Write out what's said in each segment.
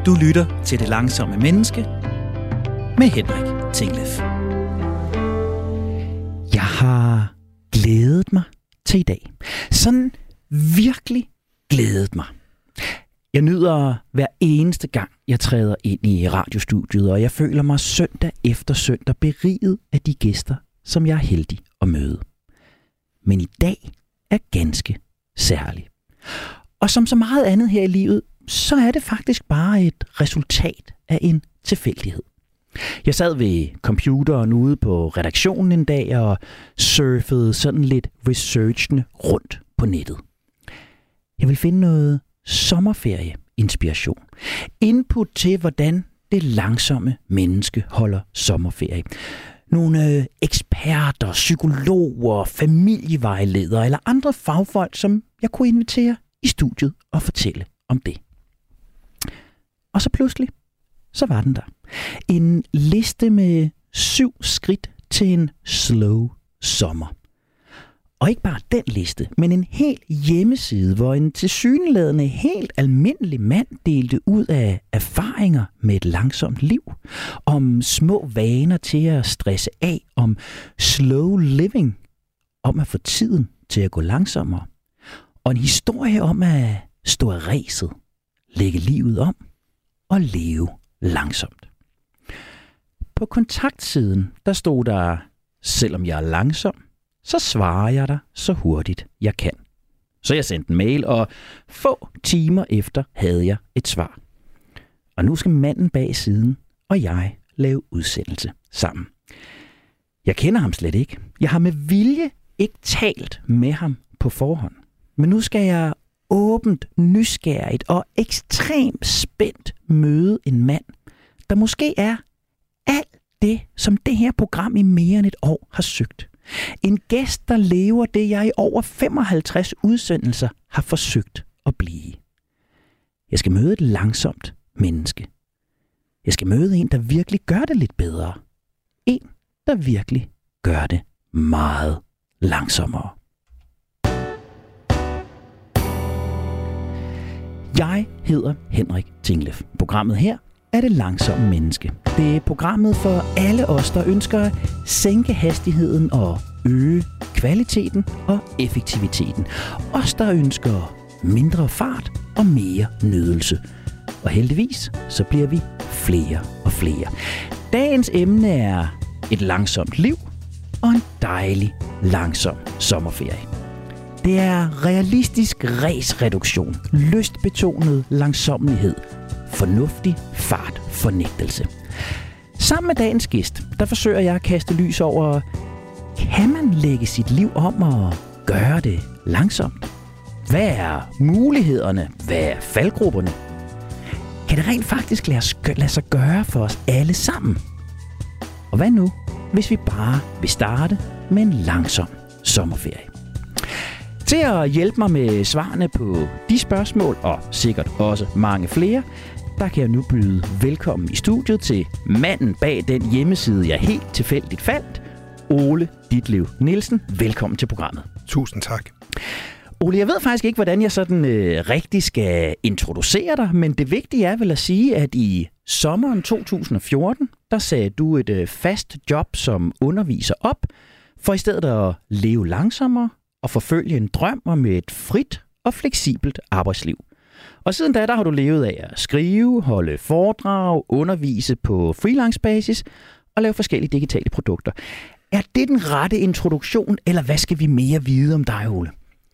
Du lytter til Det Langsomme Menneske med Henrik Tinglef. Jeg har glædet mig til i dag. Sådan virkelig glædet mig. Jeg nyder hver eneste gang, jeg træder ind i radiostudiet, og jeg føler mig søndag efter søndag beriget af de gæster, som jeg er heldig at møde. Men i dag er ganske særlig. Og som så meget andet her i livet, så er det faktisk bare et resultat af en tilfældighed. Jeg sad ved computeren ude på redaktionen en dag og surfede sådan lidt researchende rundt på nettet. Jeg vil finde noget sommerferie-inspiration. Input til, hvordan det langsomme menneske holder sommerferie. Nogle eksperter, psykologer, familievejledere eller andre fagfolk, som jeg kunne invitere i studiet og fortælle om det. Og så pludselig, så var den der. En liste med 7 skridt til en slow sommer. Og ikke bare den liste, men en hel hjemmeside, hvor en tilsyneladende helt almindelig mand delte ud af erfaringer med et langsomt liv, om små vaner til at stresse af, om slow living, om at få tiden til at gå langsommere, og en historie om at stå af ræset, lægge livet om og leve langsomt. På kontaktsiden, der stod der, selvom jeg er langsom, så svarer jeg dig så hurtigt jeg kan. Så jeg sendte en mail, og få timer efter havde jeg et svar. Og nu skal manden bag siden og jeg lave udsendelse sammen. Jeg kender ham slet ikke. Jeg har med vilje ikke talt med ham på forhånd. Men nu skal jeg åbent, nysgerrigt og ekstremt spændt møde en mand, der måske er alt det, som det her program i mere end et år har søgt. En gæst, der lever det, jeg i over 55 udsendelser har forsøgt at blive. Jeg skal møde et langsomt menneske. Jeg skal møde en, der virkelig gør det lidt bedre. En, der virkelig gør det meget langsommere. Jeg hedder Henrik Tinglef. Programmet her er Det Langsomme Menneske. Det er programmet for alle os, der ønsker at sænke hastigheden og øge kvaliteten og effektiviteten. Os, der ønsker mindre fart og mere nydelse. Og heldigvis, så bliver vi flere og flere. Dagens emne er et langsomt liv og en dejlig, langsom sommerferie. Det er realistisk ræsreduktion, lystbetonet langsommelighed, fornuftig fartfornægtelse. Sammen med dagens gæst, der forsøger jeg at kaste lys over, kan man lægge sit liv om og gøre det langsomt? Hvad er mulighederne? Hvad er faldgrupperne? Kan det rent faktisk lade sig gøre for os alle sammen? Og hvad nu, hvis vi bare vil starte med en langsom sommerferie? Til at hjælpe mig med svarene på de spørgsmål, og sikkert også mange flere, der kan jeg nu byde velkommen i studiet til manden bag den hjemmeside, jeg helt tilfældigt fandt, Ole Ditlev Nielsen. Velkommen til programmet. Tusind tak. Ole, jeg ved faktisk ikke, hvordan jeg sådan rigtig skal introducere dig, men det vigtige er vel at sige, at i sommeren 2014, der sagde du et fast job som underviser op, for i stedet at leve langsommere og forfølge en drøm om et frit og fleksibelt arbejdsliv. Og siden da, der har du levet af at skrive, holde foredrag, undervise på freelance-basis og lave forskellige digitale produkter. Er det den rette introduktion, eller hvad skal vi mere vide om dig, Ole?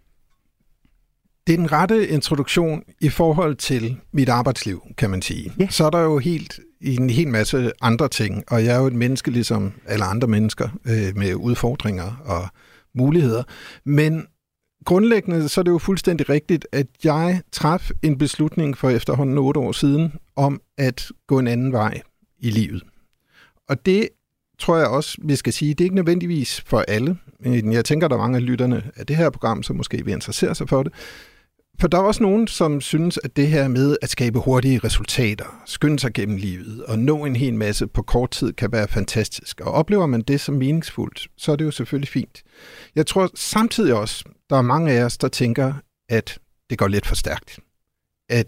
Det er den rette introduktion i forhold til mit arbejdsliv, kan man sige. Ja. Så er der jo en hel masse andre ting, og jeg er jo et menneske ligesom alle andre mennesker med udfordringer og muligheder. Men grundlæggende så er det jo fuldstændig rigtigt, at jeg traf en beslutning for efterhånden 8 år siden om at gå en anden vej i livet. Og det tror jeg også, vi skal sige, det er ikke nødvendigvis for alle. Jeg tænker, der er mange af lytterne af det her program, som måske vil interessere sig for det. For der er også nogen, som synes, at det her med at skabe hurtige resultater, skynde sig gennem livet og nå en hel masse på kort tid kan være fantastisk. Og oplever man det som meningsfuldt, så er det jo selvfølgelig fint. Jeg tror samtidig også, der er mange af os, der tænker, at det går lidt for stærkt. At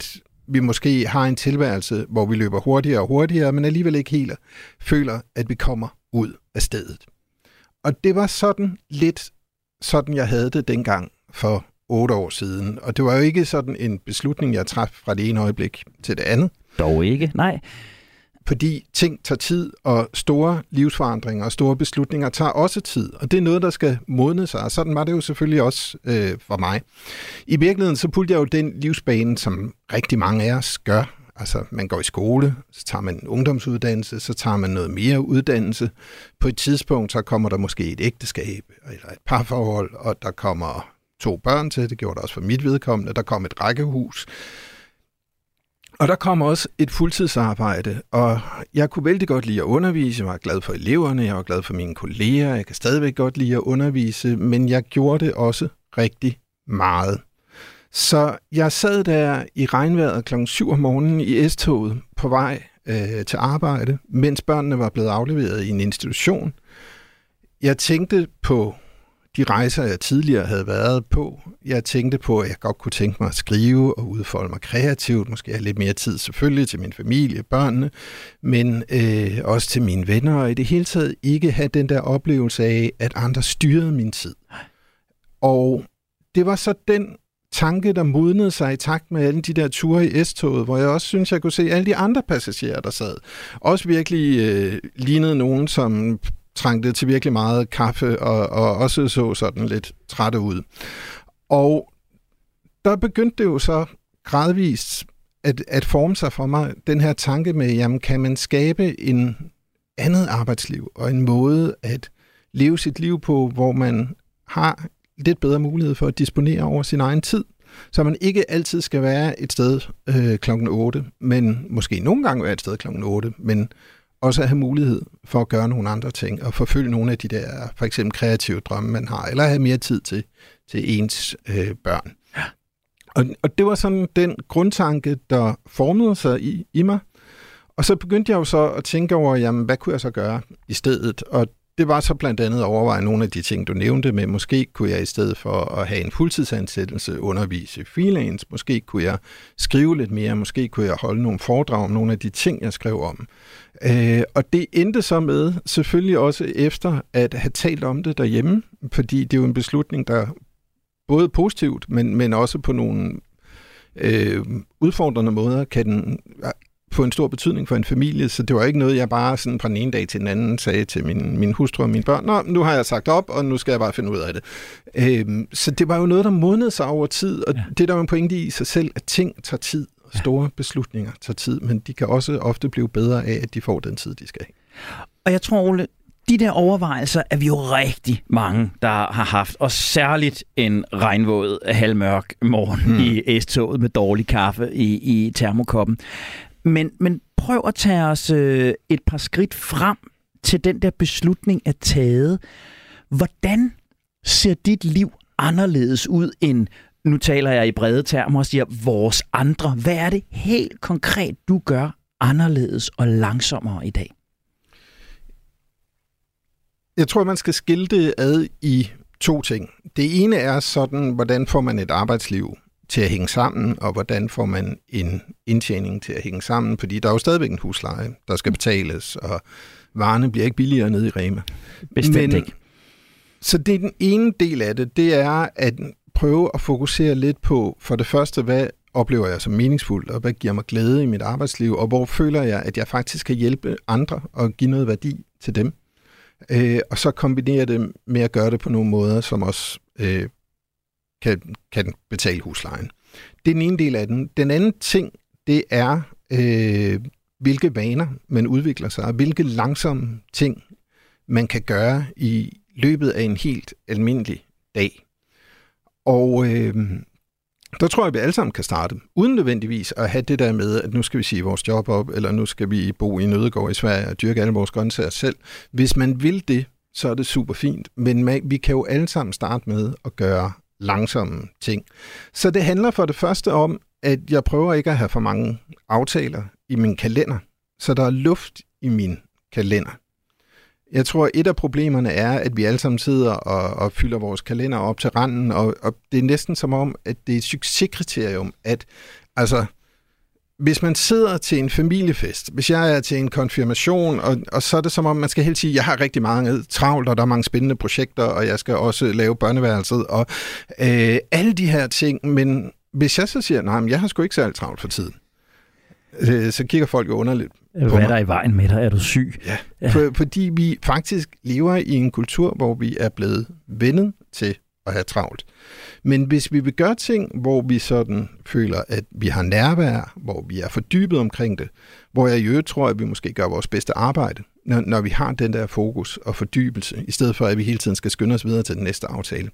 vi måske har en tilværelse, hvor vi løber hurtigere og hurtigere, men alligevel ikke helt føler, at vi kommer ud af stedet. Og det var sådan jeg havde det dengang for 8 år siden. Og det var jo ikke sådan en beslutning, jeg traf fra det ene øjeblik til det andet. Dog ikke, nej. Fordi ting tager tid, og store livsforandringer og store beslutninger tager også tid. Og det er noget, der skal modne sig, og sådan var det jo selvfølgelig også for mig. I virkeligheden så fulgte jeg jo den livsbane, som rigtig mange af os gør. Altså, man går i skole, så tager man en ungdomsuddannelse, så tager man noget mere uddannelse. På et tidspunkt, så kommer der måske et ægteskab, eller et parforhold, og der kommer 2 børn til. Det gjorde der også for mit vedkommende. Der kom et rækkehus. Og der kom også et fuldtidsarbejde, og jeg kunne vældig godt lide at undervise. Jeg var glad for eleverne, jeg var glad for mine kolleger, jeg kan stadigvæk godt lide at undervise, men jeg gjorde det også rigtig meget. Så jeg sad der i regnvejret kl. 7 om morgenen i S-toget på vej til arbejde, mens børnene var blevet afleveret i en institution. Jeg tænkte på de rejser, jeg tidligere havde været på. Jeg tænkte på, at jeg godt kunne tænke mig at skrive og udfolde mig kreativt. Måske have lidt mere tid selvfølgelig til min familie, børnene, men også til mine venner. Og i det hele taget ikke have den der oplevelse af, at andre styrede min tid. Og det var så den tanke, der modnede sig i takt med alle de der ture i S-toget, hvor jeg også synes, jeg kunne se alle de andre passagerer, der sad. Også virkelig lignede nogen, som trængte til virkelig meget kaffe, og også så sådan lidt trætte ud. Og der begyndte det jo så gradvist at forme sig for mig, den her tanke med, jamen kan man skabe en andet arbejdsliv, og en måde at leve sit liv på, hvor man har lidt bedre mulighed for at disponere over sin egen tid, så man ikke altid skal være et sted klokken 8, men måske nogle gange være et sted klokken 8, men også at have mulighed for at gøre nogle andre ting, og forfølge nogle af de der, for eksempel kreative drømme, man har, eller have mere tid til ens børn. Ja. Og det var sådan den grundtanke, der formede sig i mig. Og så begyndte jeg jo så at tænke over, jamen, hvad kunne jeg så gøre i stedet? Og det var så blandt andet at overveje nogle af de ting, du nævnte med. Måske kunne jeg i stedet for at have en fuldtidsansættelse undervise freelance. Måske kunne jeg skrive lidt mere. Måske kunne jeg holde nogle foredrag om nogle af de ting, jeg skrev om. Og det endte så med, selvfølgelig også efter at have talt om det derhjemme, fordi det er jo en beslutning, der både positivt, men også på nogle udfordrende måder kan den få en stor betydning for en familie, så det var ikke noget, jeg bare sådan fra den ene dag til den anden sagde til min hustru og mine børn, nå, nu har jeg sagt op, og nu skal jeg bare finde ud af det. Så det var jo noget, der modnede sig over tid, og det der var en pointe i sig selv, at ting tager tid, og store beslutninger tager tid, men de kan også ofte blive bedre af, at de får den tid, de skal have. Og jeg tror, Ole, de der overvejelser er vi jo rigtig mange, der har haft, og særligt en regnvåd, halvmørk morgen i S-toget med dårlig kaffe i termokoppen. Men prøv at tage os et par skridt frem til den der beslutning er taget. Hvordan ser dit liv anderledes ud end, nu taler jeg i brede termer og siger, vores andre? Hvad er det helt konkret, du gør anderledes og langsommere i dag? Jeg tror, man skal skille det ad i 2 ting. Det ene er sådan, hvordan får man et arbejdsliv til at hænge sammen, og hvordan får man en indtjening til at hænge sammen, fordi der er jo stadigvæk en husleje, der skal betales, og varerne bliver ikke billigere nede i Rema. Bestemt ikke. Så det er den ene del af det, det er at prøve at fokusere lidt på, for det første, hvad oplever jeg som meningsfuldt, og hvad giver mig glæde i mit arbejdsliv, og hvor føler jeg, at jeg faktisk kan hjælpe andre og give noget værdi til dem. Og så kombinere det med at gøre det på nogle måder, som også kan betale huslejen. Det er den ene del af den. Den anden ting, det er, hvilke vaner man udvikler sig, og hvilke langsomme ting man kan gøre i løbet af en helt almindelig dag. Og der tror jeg, at vi alle sammen kan starte, uden nødvendigvis at have det der med, at nu skal vi sige vores job op, eller nu skal vi bo i en ødegård i Sverige og dyrke alle vores grøntsager selv. Hvis man vil det, så er det super fint. Men vi kan jo alle sammen starte med at gøre langsomme ting. Så det handler for det første om, at jeg prøver ikke at have for mange aftaler i min kalender, så der er luft i min kalender. Jeg tror, et af problemerne er, at vi alle sammen sidder og fylder vores kalender op til randen, og det er næsten som om, at det er et succeskriterium, at altså, hvis man sidder til en familiefest, hvis jeg er til en konfirmation, og så er det som om, man skal helt sige, jeg har rigtig mange travlt, og der er mange spændende projekter, og jeg skal også lave børneværelset, og alle de her ting, men hvis jeg så siger, nej, men jeg har sgu ikke særlig travlt for tiden, så kigger folk jo underligt på mig. Hvad er der i vejen med dig? Er du syg? Ja. Fordi vi faktisk lever i en kultur, hvor vi er blevet vendet til at have travlt. Men hvis vi vil gøre ting, hvor vi sådan føler, at vi har nærvær, hvor vi er fordybet omkring det, hvor jeg i øvrigt tror, at vi måske gør vores bedste arbejde, når vi har den der fokus og fordybelse, i stedet for, at vi hele tiden skal skynde os videre til den næste aftale.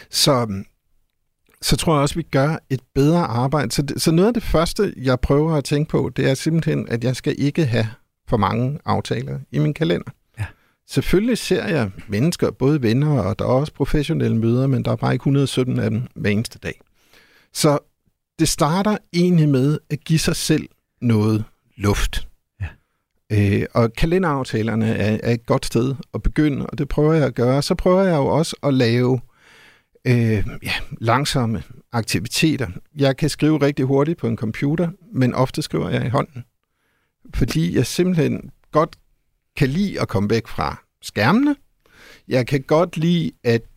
Så tror jeg også, at vi gør et bedre arbejde. Så noget af det første, jeg prøver at tænke på, det er simpelthen, at jeg skal ikke have for mange aftaler i min kalender. Ja. Selvfølgelig ser jeg mennesker, både venner, og der er også professionelle møder, men der er bare ikke 117 af dem hver eneste dag. Så det starter egentlig med at give sig selv noget luft. Ja. Og kalenderaftalerne er et godt sted at begynde, og det prøver jeg at gøre. Så prøver jeg jo også at lave langsomme aktiviteter. Jeg kan skrive rigtig hurtigt på en computer, men ofte skriver jeg i hånden. Fordi jeg simpelthen godt kan lide at komme væk fra skærmene. Jeg kan godt lide,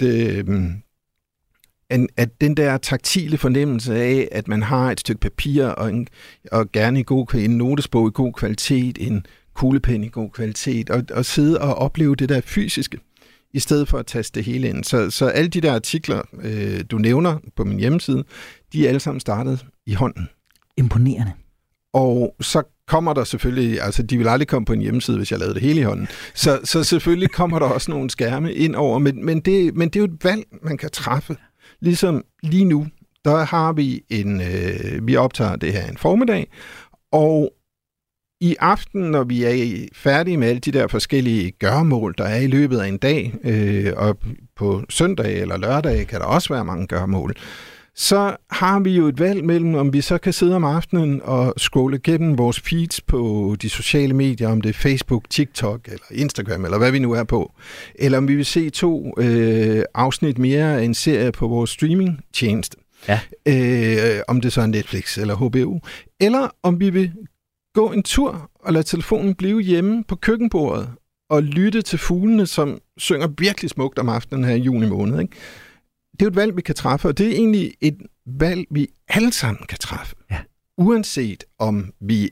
at den der taktile fornemmelse af, at man har et stykke papir og gerne en notesbog i god kvalitet, en kuglepen i god kvalitet, og sidde og opleve det der fysiske, i stedet for at taste det hele ind. Så alle de der artikler, du nævner på min hjemmeside, de er alle sammen startet i hånden. Imponerende. Og så kommer der selvfølgelig, altså de vil aldrig komme på en hjemmeside, hvis jeg lavede det hele i hånden. Så selvfølgelig kommer der også nogle skærme ind over, men det er jo et valg, man kan træffe. Ligesom lige nu, der har vi vi optager det her en formiddag, og i aften, når vi er færdige med alle de der forskellige gøremål, der er i løbet af en dag, og på søndag eller lørdag kan der også være mange gøremål, så har vi jo et valg mellem, om vi så kan sidde om aftenen og scrolle gennem vores feeds på de sociale medier, om det er Facebook, TikTok eller Instagram, eller hvad vi nu er på, eller om vi vil se 2 afsnit mere af en serie på vores streamingtjeneste, om det så er Netflix eller HBO, eller om vi vil gå en tur og lade telefonen blive hjemme på køkkenbordet og lytte til fuglene, som synger virkelig smukt om aftenen her i juni måned. Ikke? Det er jo et valg, vi kan træffe, og det er egentlig et valg, vi alle sammen kan træffe. Ja. Uanset om vi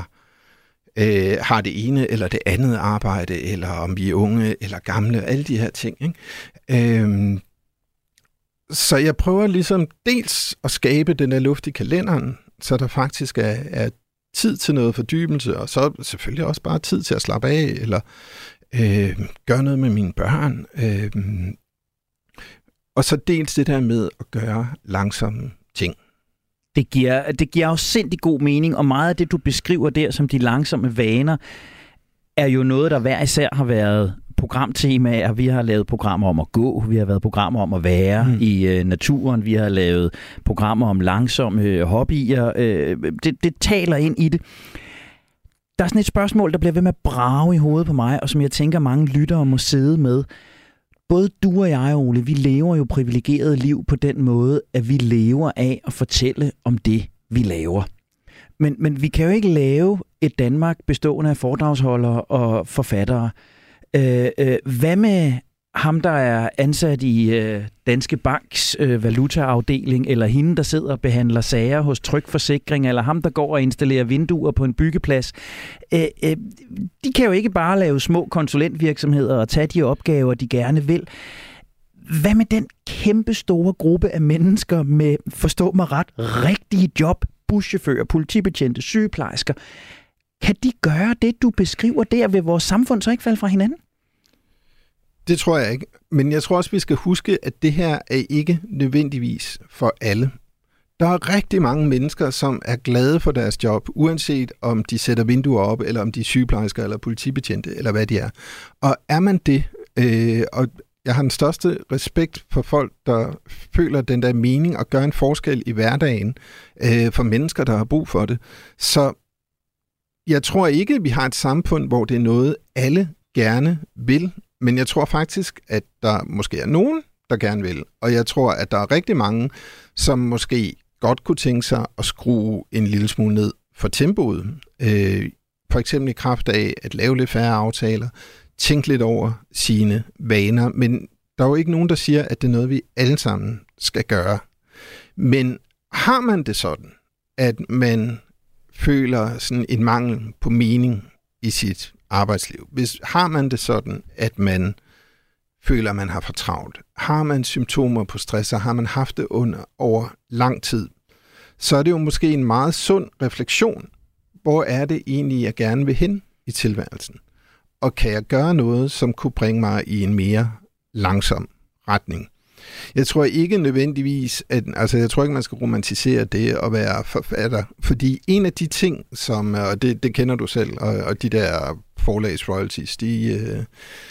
har det ene eller det andet arbejde, eller om vi er unge eller gamle, alle de her ting. Ikke? Så jeg prøver ligesom dels at skabe den der luft i kalenderen, så der faktisk er tid til noget fordybelse, og så selvfølgelig også bare tid til at slappe af, eller gøre noget med mine børn. Og så dels det der med at gøre langsomme ting. Det giver jo sindssygt god mening, og meget af det, du beskriver der som de langsomme vaner, er jo noget, der hver især har været programtemaer. Vi har lavet programmer om at gå, vi har været programmer om at være i naturen, vi har lavet programmer om langsomme hobbyer. Det taler ind i det. Der er sådan et spørgsmål, der bliver ved med at brage i hovedet på mig, og som jeg tænker, mange lyttere må sidde med. Både du og jeg, Ole, vi lever jo privilegeret liv på den måde, at vi lever af at fortælle om det, vi laver. Men vi kan jo ikke lave et Danmark bestående af foredragsholdere og forfattere. Hvad med ham, der er ansat i Danske Banks valutaafdeling, eller hende, der sidder og behandler sager hos Trygforsikring, eller ham, der går og installerer vinduer på en byggeplads? De kan jo ikke bare lave små konsulentvirksomheder og tage de opgaver, de gerne vil. Hvad med den kæmpe store gruppe af mennesker med, forstå mig ret, rigtige job, buschauffører, politibetjente, sygeplejersker? Kan de gøre det, du beskriver der, ved vores samfund så ikke falde fra hinanden? Det tror jeg ikke. Men jeg tror også, vi skal huske, at det her er ikke nødvendigvis for alle. Der er rigtig mange mennesker, som er glade for deres job, uanset om de sætter vinduer op, eller om de er sygeplejersker, eller politibetjente, eller hvad de er. Og er man det, og jeg har den største respekt for folk, der føler den der mening og gør en forskel i hverdagen for mennesker, der har brug for det. Så jeg tror ikke, vi har et samfund, hvor det er noget, alle gerne vil. Men jeg tror faktisk, at der måske er nogen, der gerne vil. Og jeg tror, at der er rigtig mange, som måske godt kunne tænke sig at skrue en lille smule ned for tempoet. For eksempel i kraft af at lave lidt færre aftaler, tænke lidt over sine vaner, men der er jo ikke nogen, der siger, at det er noget, vi alle sammen skal gøre. Men har man det sådan, at man føler sådan en mangel på mening i sit arbejdsliv, har man det sådan, at man føler, at man har for travlt, har man symptomer på stress, og har man haft det over lang tid, så er det jo måske en meget sund refleksion. Hvor er det egentlig, jeg gerne vil hen i tilværelsen? Og kan jeg gøre noget, som kunne bringe mig i en mere langsom retning? Jeg tror ikke nødvendigvis, jeg tror ikke, man skal romantisere det at være forfatter, fordi en af de ting, som, og det kender du selv, og de der forlags royalties, de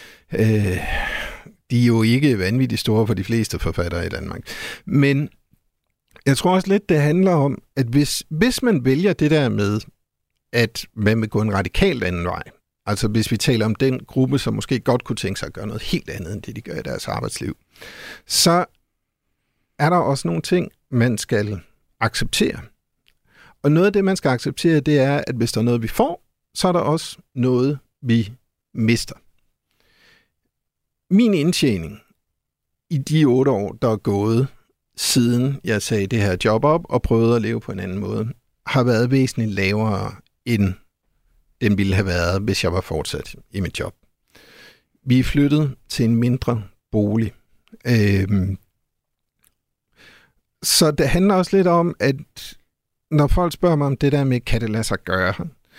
er jo ikke vanvittigt store for de fleste forfattere i Danmark. Men jeg tror også lidt, det handler om, at hvis man vælger det der med, at man vil gå en radikalt anden vej, altså hvis vi taler om den gruppe, som måske godt kunne tænke sig at gøre noget helt andet, end det de gør i deres arbejdsliv, så er der også nogle ting, man skal acceptere. Og noget af det, man skal acceptere, det er, at hvis der er noget, vi får, så er der også noget, vi mister. Min indtjening i de 8 år, der er gået, siden jeg sagde det her job op og prøvede at leve på en anden måde, har været væsentligt lavere, end den ville have været, hvis jeg var fortsat i mit job. Vi er flyttet til en mindre bolig. Så det handler også lidt om, at når folk spørger mig om det der med, kan det lade sig gøre,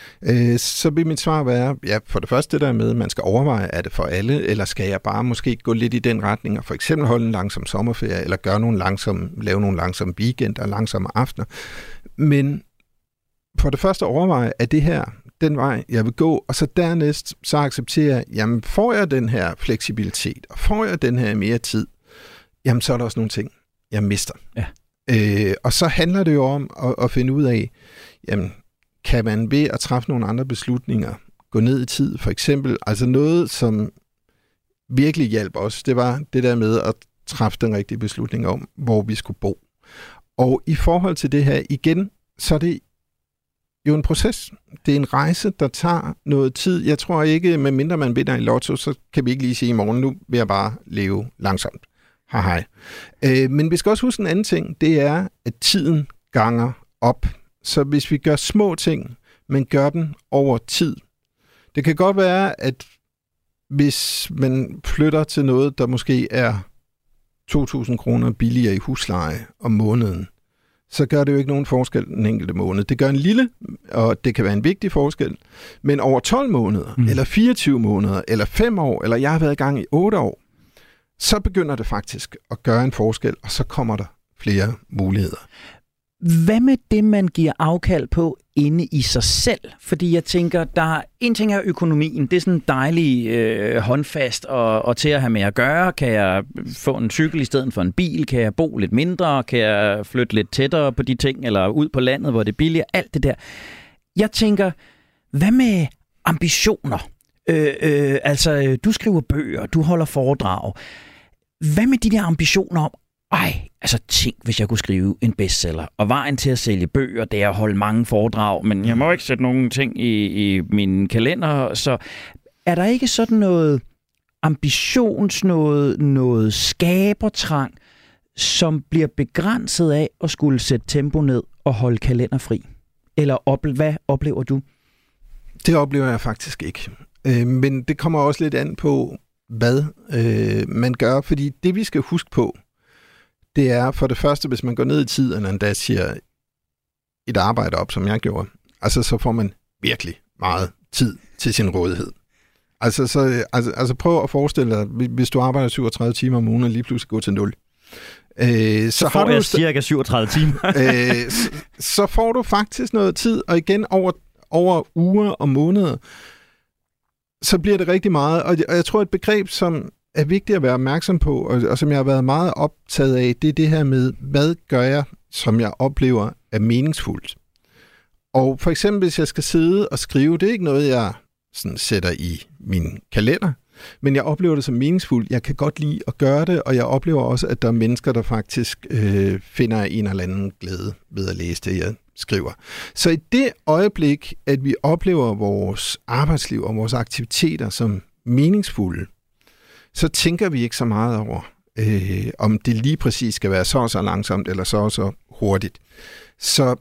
så vil mit svar være, ja, for det første det der med, man skal overveje, er det for alle, eller skal jeg bare måske gå lidt i den retning, og for eksempel holde en langsom sommerferie, eller lave nogle langsomme weekender, langsomme aftener. Men for det første overveje, er det her den vej, jeg vil gå, og så dernæst så acceptere, jamen får jeg den her fleksibilitet, og får jeg den her mere tid, jamen så er der også nogle ting, jeg mister. Ja. Og så handler det jo om at finde ud af, jamen kan man ved at træffe nogle andre beslutninger, gå ned i tid, for eksempel, altså noget, som virkelig hjalp os, det var det der med at træffe den rigtige beslutning om, hvor vi skulle bo. Og i forhold til det her, igen, så er det jo en proces. Det er en rejse, der tager noget tid. Jeg tror ikke, medmindre man vinder i lotto, så kan vi ikke lige sige i morgen, nu vil jeg bare leve langsomt. Hej. Men vi skal også huske en anden ting, det er, at tiden ganger op. Så hvis vi gør små ting, men gør dem over tid. Det kan godt være, at hvis man flytter til noget, der måske er 2.000 kroner billigere i husleje om måneden, så gør det jo ikke nogen forskel den enkelte måned. Det gør en lille, og det kan være en vigtig forskel, men over 12 måneder, eller 24 måneder, eller 5 år, eller jeg har været i gang i 8 år, så begynder det faktisk at gøre en forskel, og så kommer der flere muligheder. Hvad med det, man giver afkald på inde i sig selv? Fordi jeg tænker, der er en ting er økonomien. Det er sådan dejlig håndfast og til at have med at gøre. Kan jeg få en cykel i stedet for en bil? Kan jeg bo lidt mindre? Kan jeg flytte lidt tættere på de ting? Eller ud på landet, hvor det er billigere? Alt det der. Jeg tænker, hvad med ambitioner? Altså, du skriver bøger, du holder foredrag. Hvad med de der ambitioner om, tænk, hvis jeg kunne skrive en bestseller. Og vejen til at sælge bøger, det er at holde mange foredrag, men jeg må ikke sætte nogen ting i min kalender. Så er der ikke sådan noget noget skabertrang, som bliver begrænset af at skulle sætte tempo ned og holde kalender fri? Eller hvad oplever du? Det oplever jeg faktisk ikke. Men det kommer også lidt an på, hvad man gør. Fordi det, vi skal huske på, det er for det første, hvis man går ned i tid, eller endda siger et arbejde op, som jeg gjorde, altså så får man virkelig meget tid til sin rådighed. Altså prøv at forestille dig, hvis du arbejder 37 timer om ugen, og lige pludselig går til 0. Så får jeg cirka 37 timer. Så får du faktisk noget tid, og igen over uger og måneder, så bliver det rigtig meget. Og jeg tror, et begreb, som er vigtigt at være opmærksom på, og som jeg har været meget optaget af, det er det her med, hvad gør jeg, som jeg oplever er meningsfuldt. Og for eksempel, hvis jeg skal sidde og skrive, det er ikke noget, jeg sådan sætter i min kalender, men jeg oplever det som meningsfuldt. Jeg kan godt lide at gøre det, og jeg oplever også, at der er mennesker, der faktisk finder en eller anden glæde ved at læse det, jeg skriver. Så i det øjeblik, at vi oplever vores arbejdsliv og vores aktiviteter som meningsfulde, så tænker vi ikke så meget over, om det lige præcis skal være så langsomt eller så hurtigt. Så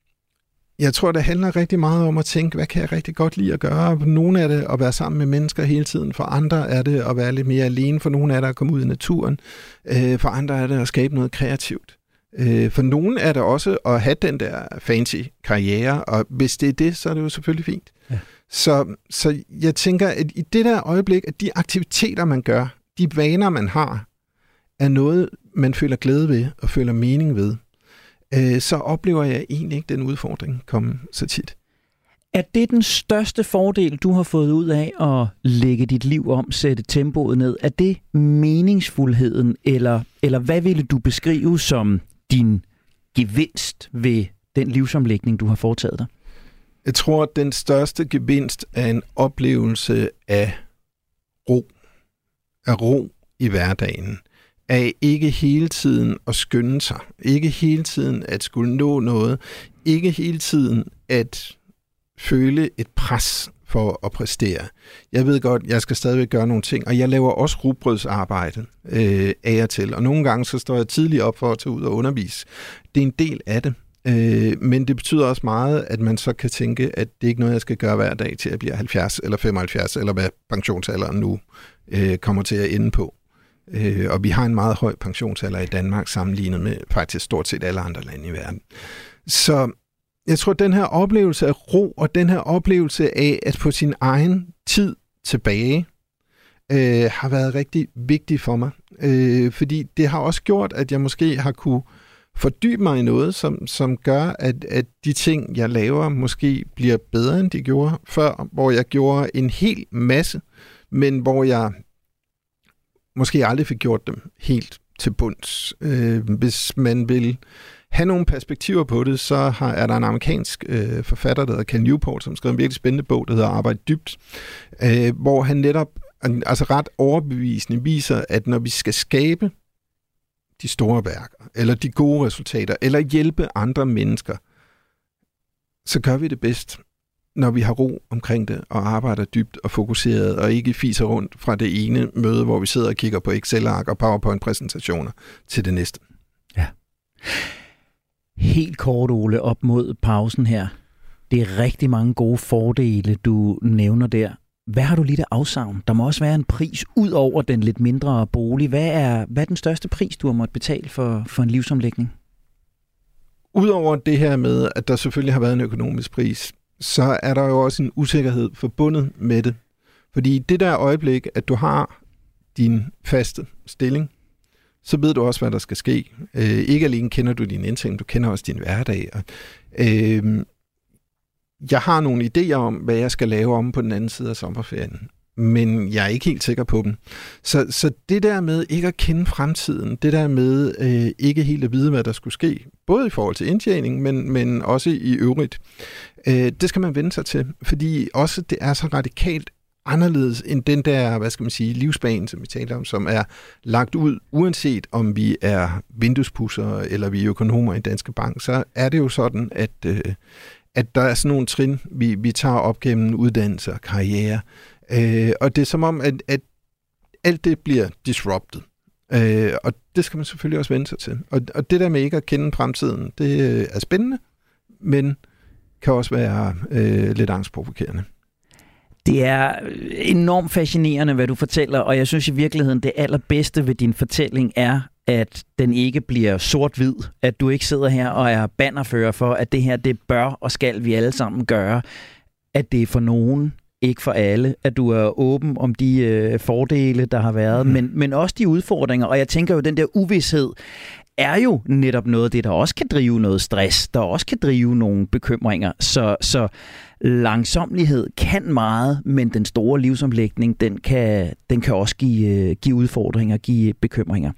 jeg tror, det handler rigtig meget om at tænke, hvad kan jeg rigtig godt lide at gøre? For nogle er det at være sammen med mennesker hele tiden, for andre er det at være lidt mere alene, for nogle er det at komme ud i naturen, for andre er det at skabe noget kreativt. For nogle er det også at have den der fancy karriere, og hvis det er det, så er det jo selvfølgelig fint. Ja. Så jeg tænker, at i det der øjeblik, at de aktiviteter, man gør, de vaner, man har, er noget, man føler glæde ved og føler mening ved, så oplever jeg egentlig ikke den udfordring komme så tit. Er det den største fordel, du har fået ud af at lægge dit liv om, sætte tempoet ned? Er det meningsfuldheden, eller hvad ville du beskrive som din gevinst ved den livsomlægning, du har foretaget dig? Jeg tror, at den største gevinst er en oplevelse af ro. Af ro i hverdagen. Af ikke hele tiden at skynde sig. Ikke hele tiden at skulle nå noget. Ikke hele tiden at føle et pres for at præstere. Jeg ved godt, jeg skal stadigvæk gøre nogle ting, og jeg laver også rugbrødsarbejde af og til. Og nogle gange så står jeg tidligt op for at tage ud og undervise. Det er en del af det. Men det betyder også meget, at man så kan tænke, at det ikke er noget, jeg skal gøre hver dag til at blive 70 eller 75, eller hvad pensionsalderen nu kommer til at ende på. Og vi har en meget høj pensionsalder i Danmark, sammenlignet med faktisk stort set alle andre lande i verden. Så jeg tror, at den her oplevelse af ro, og den her oplevelse af at få sin egen tid tilbage, har været rigtig vigtig for mig. Fordi det har også gjort, at jeg måske har kunne fordybe mig i noget, som gør, at de ting, jeg laver, måske bliver bedre, end de gjorde før, hvor jeg gjorde en hel masse, men hvor jeg måske aldrig fik gjort dem helt til bunds. Hvis man vil have nogle perspektiver på det, så er der en amerikansk forfatter, der hedder Cal Newport, som skrev en virkelig spændende bog, der hedder Arbejde dybt, hvor han netop ret overbevisende viser, at når vi skal skabe de store værker, eller de gode resultater, eller hjælpe andre mennesker, så gør vi det bedst, når vi har ro omkring det, og arbejder dybt og fokuseret, og ikke fiser rundt fra det ene møde, hvor vi sidder og kigger på Excel-ark og PowerPoint-præsentationer, til det næste. Ja. Helt kort, Ole, op mod pausen her. Det er rigtig mange gode fordele, du nævner der. Hvad har du lidt af afsavn? Der må også være en pris ud over den lidt mindre bolig. Hvad er den største pris, du har måttet betale for en livsomlægning? Udover det her med, at der selvfølgelig har været en økonomisk pris, så er der jo også en usikkerhed forbundet med det. Fordi det der øjeblik, at du har din faste stilling, så ved du også, hvad der skal ske. Ikke alene kender du din indtægt, du kender også din hverdag. Jeg har nogle idéer om, hvad jeg skal lave om på den anden side af sommerferien, men jeg er ikke helt sikker på dem. Så det der med ikke at kende fremtiden, det der med ikke helt at vide, hvad der skulle ske, både i forhold til indtjening, men også i øvrigt, det skal man vende sig til, fordi også det er så radikalt anderledes end den der, livsbane, som vi taler om, som er lagt ud, uanset om vi er vinduespudsere eller vi er økonomer i Danske Bank, så er det jo sådan, at der er sådan nogle trin, vi tager op gennem uddannelse og karriere. Og det er som om, at alt det bliver disrupted. Og det skal man selvfølgelig også vende sig til. Og det der med ikke at kende fremtiden, det er spændende, men kan også være lidt angstprovokerende. Det er enormt fascinerende, hvad du fortæller, og jeg synes i virkeligheden, det allerbedste ved din fortælling er, at den ikke bliver sort-hvid, at du ikke sidder her og er bannerfører for, at det her, det bør og skal vi alle sammen gøre, at det er for nogen, ikke for alle, at du er åben om de fordele, der har været, men også de udfordringer, og jeg tænker jo, den der uvished er jo netop noget af det, der også kan drive noget stress, der også kan drive nogle bekymringer, så langsommelighed kan meget, men den store livsomlægning, den kan også give udfordringer, give bekymringer.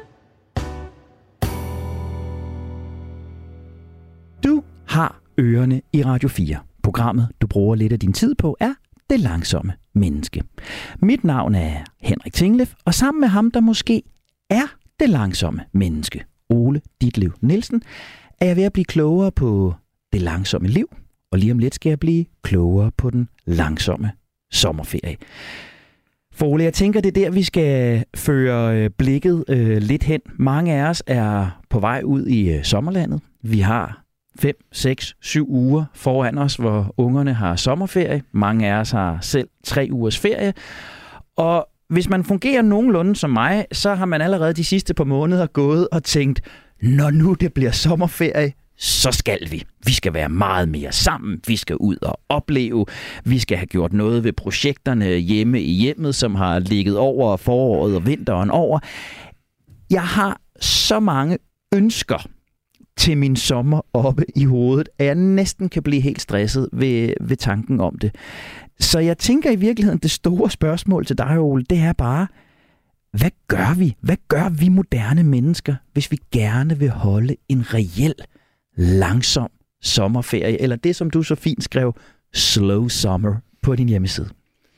Du har ørerne i Radio 4. Programmet, du bruger lidt af din tid på, er Det Langsomme Menneske. Mit navn er Henrik Tingleff, og sammen med ham, der måske er det langsomme menneske, Ole Ditlev Nielsen, er jeg ved at blive klogere på det langsomme liv, og lige om lidt skal jeg blive klogere på den langsomme sommerferie. Fole, jeg tænker, det er der, vi skal føre blikket lidt hen. Mange af os er på vej ud i sommerlandet. Vi har 5, 6, 7 uger foran os, hvor ungerne har sommerferie. Mange af os har selv 3 ugers ferie. Og hvis man fungerer nogenlunde som mig, så har man allerede de sidste par måneder gået og tænkt, når nu det bliver sommerferie, så skal vi. Vi skal være meget mere sammen. Vi skal ud og opleve. Vi skal have gjort noget ved projekterne hjemme i hjemmet, som har ligget over foråret og vinteren over. Jeg har så mange ønsker til min sommer oppe i hovedet, at jeg næsten kan blive helt stresset ved tanken om det. Så jeg tænker i virkeligheden, det store spørgsmål til dig, Ole, det er bare, hvad gør vi? Hvad gør vi moderne mennesker, hvis vi gerne vil holde en reel, langsom sommerferie? Eller det, som du så fint skrev, slow summer på din hjemmeside.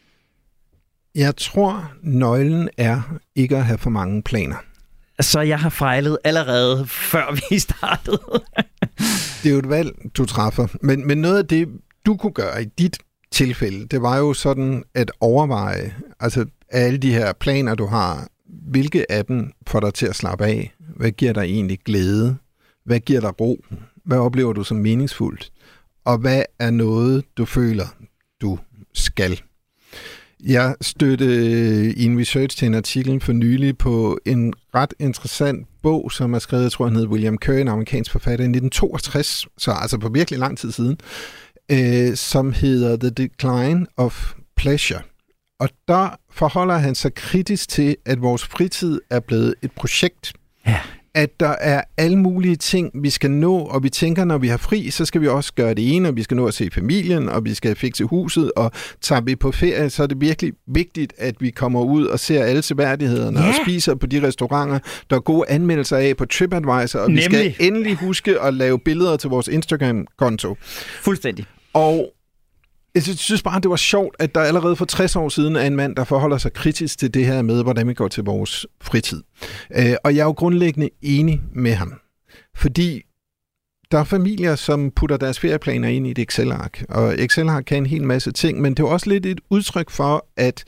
Jeg tror, nøglen er ikke at have for mange planer. Så jeg har fejlet allerede, før vi startede. Det er jo et valg, du træffer. Men noget af det, du kunne gøre i dit tilfælde, det var jo sådan at overveje, altså af alle de her planer, du har, hvilke af dem får dig til at slappe af? Hvad giver dig egentlig glæde? Hvad giver dig ro? Hvad oplever du som meningsfuldt? Og hvad er noget, du føler, du skal? Jeg stødte i en research til en artikel for nylig på en ret interessant bog, som er skrevet, jeg tror han hed William Carey, en amerikansk forfatter, i 1962, så altså på virkelig lang tid siden, som hedder The Decline of Pleasure. Og der forholder han sig kritisk til, at vores fritid er blevet et projekt. Ja. At der er alle mulige ting, vi skal nå, og vi tænker, når vi har fri, så skal vi også gøre det ene, og vi skal nå at se familien, og vi skal fikse huset, og tager vi på ferie, så er det virkelig vigtigt, at vi kommer ud og ser alle seværdighederne, og spiser på de restauranter, der er gode anmeldelser af på TripAdvisor, og vi skal endelig huske at lave billeder til vores Instagram-konto. Fuldstændig. Og jeg synes bare, det var sjovt, at der allerede for 60 år siden er en mand, der forholder sig kritisk til det her med, hvordan vi går til vores fritid. Og jeg er jo grundlæggende enig med ham. Fordi der er familier, som putter deres ferieplaner ind i et Excel-ark. Og Excel-ark kan en hel masse ting, men det er også lidt et udtryk for, at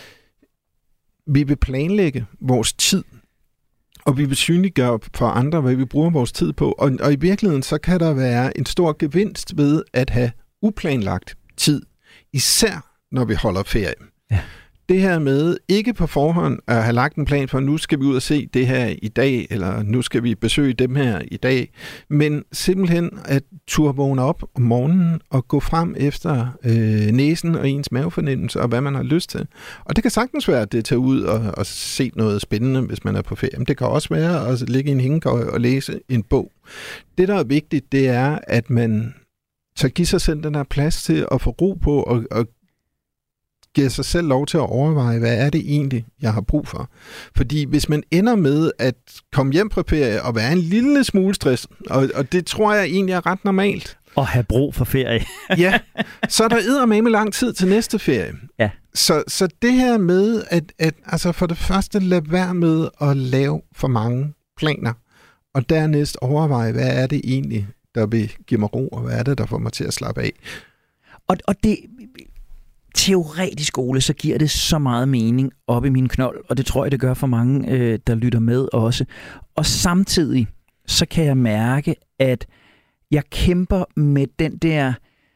vi vil planlægge vores tid. Og vi vil synliggøre for andre, hvad vi bruger vores tid på. Og i virkeligheden, så kan der være en stor gevinst ved at have uplanlagt tid, især når vi holder ferie. Ja. Det her med ikke på forhånd at have lagt en plan for, nu skal vi ud og se det her i dag, eller nu skal vi besøge dem her i dag, men simpelthen at turde vågne op om morgenen og gå frem efter næsen og ens mavefornemmelse og hvad man har lyst til. Og det kan sagtens være, at det tager ud og se noget spændende, hvis man er på ferie. Men det kan også være at ligge i en hængekøje og læse en bog. Det, der er vigtigt, det er, at man så giver sig selv den der plads til at få ro på og giver sig selv lov til at overveje, hvad er det egentlig, jeg har brug for. Fordi hvis man ender med at komme hjem fra ferie og være en lille smule stresset, og det tror jeg egentlig er ret normalt. Og have brug for ferie. Ja, så er der eddermame lang tid til næste ferie. Ja. Så det her med, at altså for det første lade være med at lave for mange planer, og dernæst overveje, hvad er det egentlig, der vil give mig ro, og hvad er det, der får mig til at slappe af. Og det teoretisk skole, så giver det så meget mening op i min knold, og det tror jeg, det gør for mange, der lytter med også. Og samtidig, så kan jeg mærke, at jeg kæmper med den der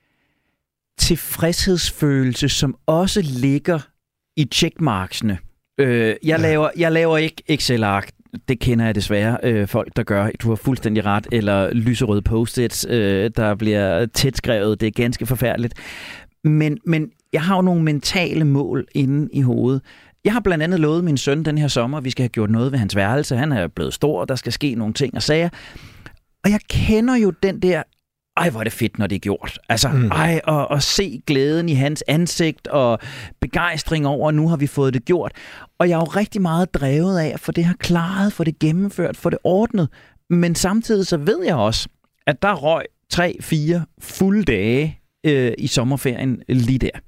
tilfredshedsfølelse, som også ligger i checkmarksene. Jeg laver ikke Excel-ark. Det kender jeg desværre folk, der gør. Du har fuldstændig ret. Eller lyserøde post-its, der bliver tæt skrevet. Det er ganske forfærdeligt. Men jeg har jo nogle mentale mål inde i hovedet. Jeg har blandt andet lovet min søn den her sommer, at vi skal have gjort noget ved hans værelse. Han er blevet stor, der skal ske nogle ting og sager. Og jeg kender jo den der, ej hvor er det fedt, når det er gjort. Altså, og se glæden i hans ansigt og begejstring over, at nu har vi fået det gjort. Og jeg er jo rigtig meget drevet af at få det her klaret, få det gennemført, få det ordnet. Men samtidig så ved jeg også, at der røg 3-4 fulde dage i sommerferien lige der.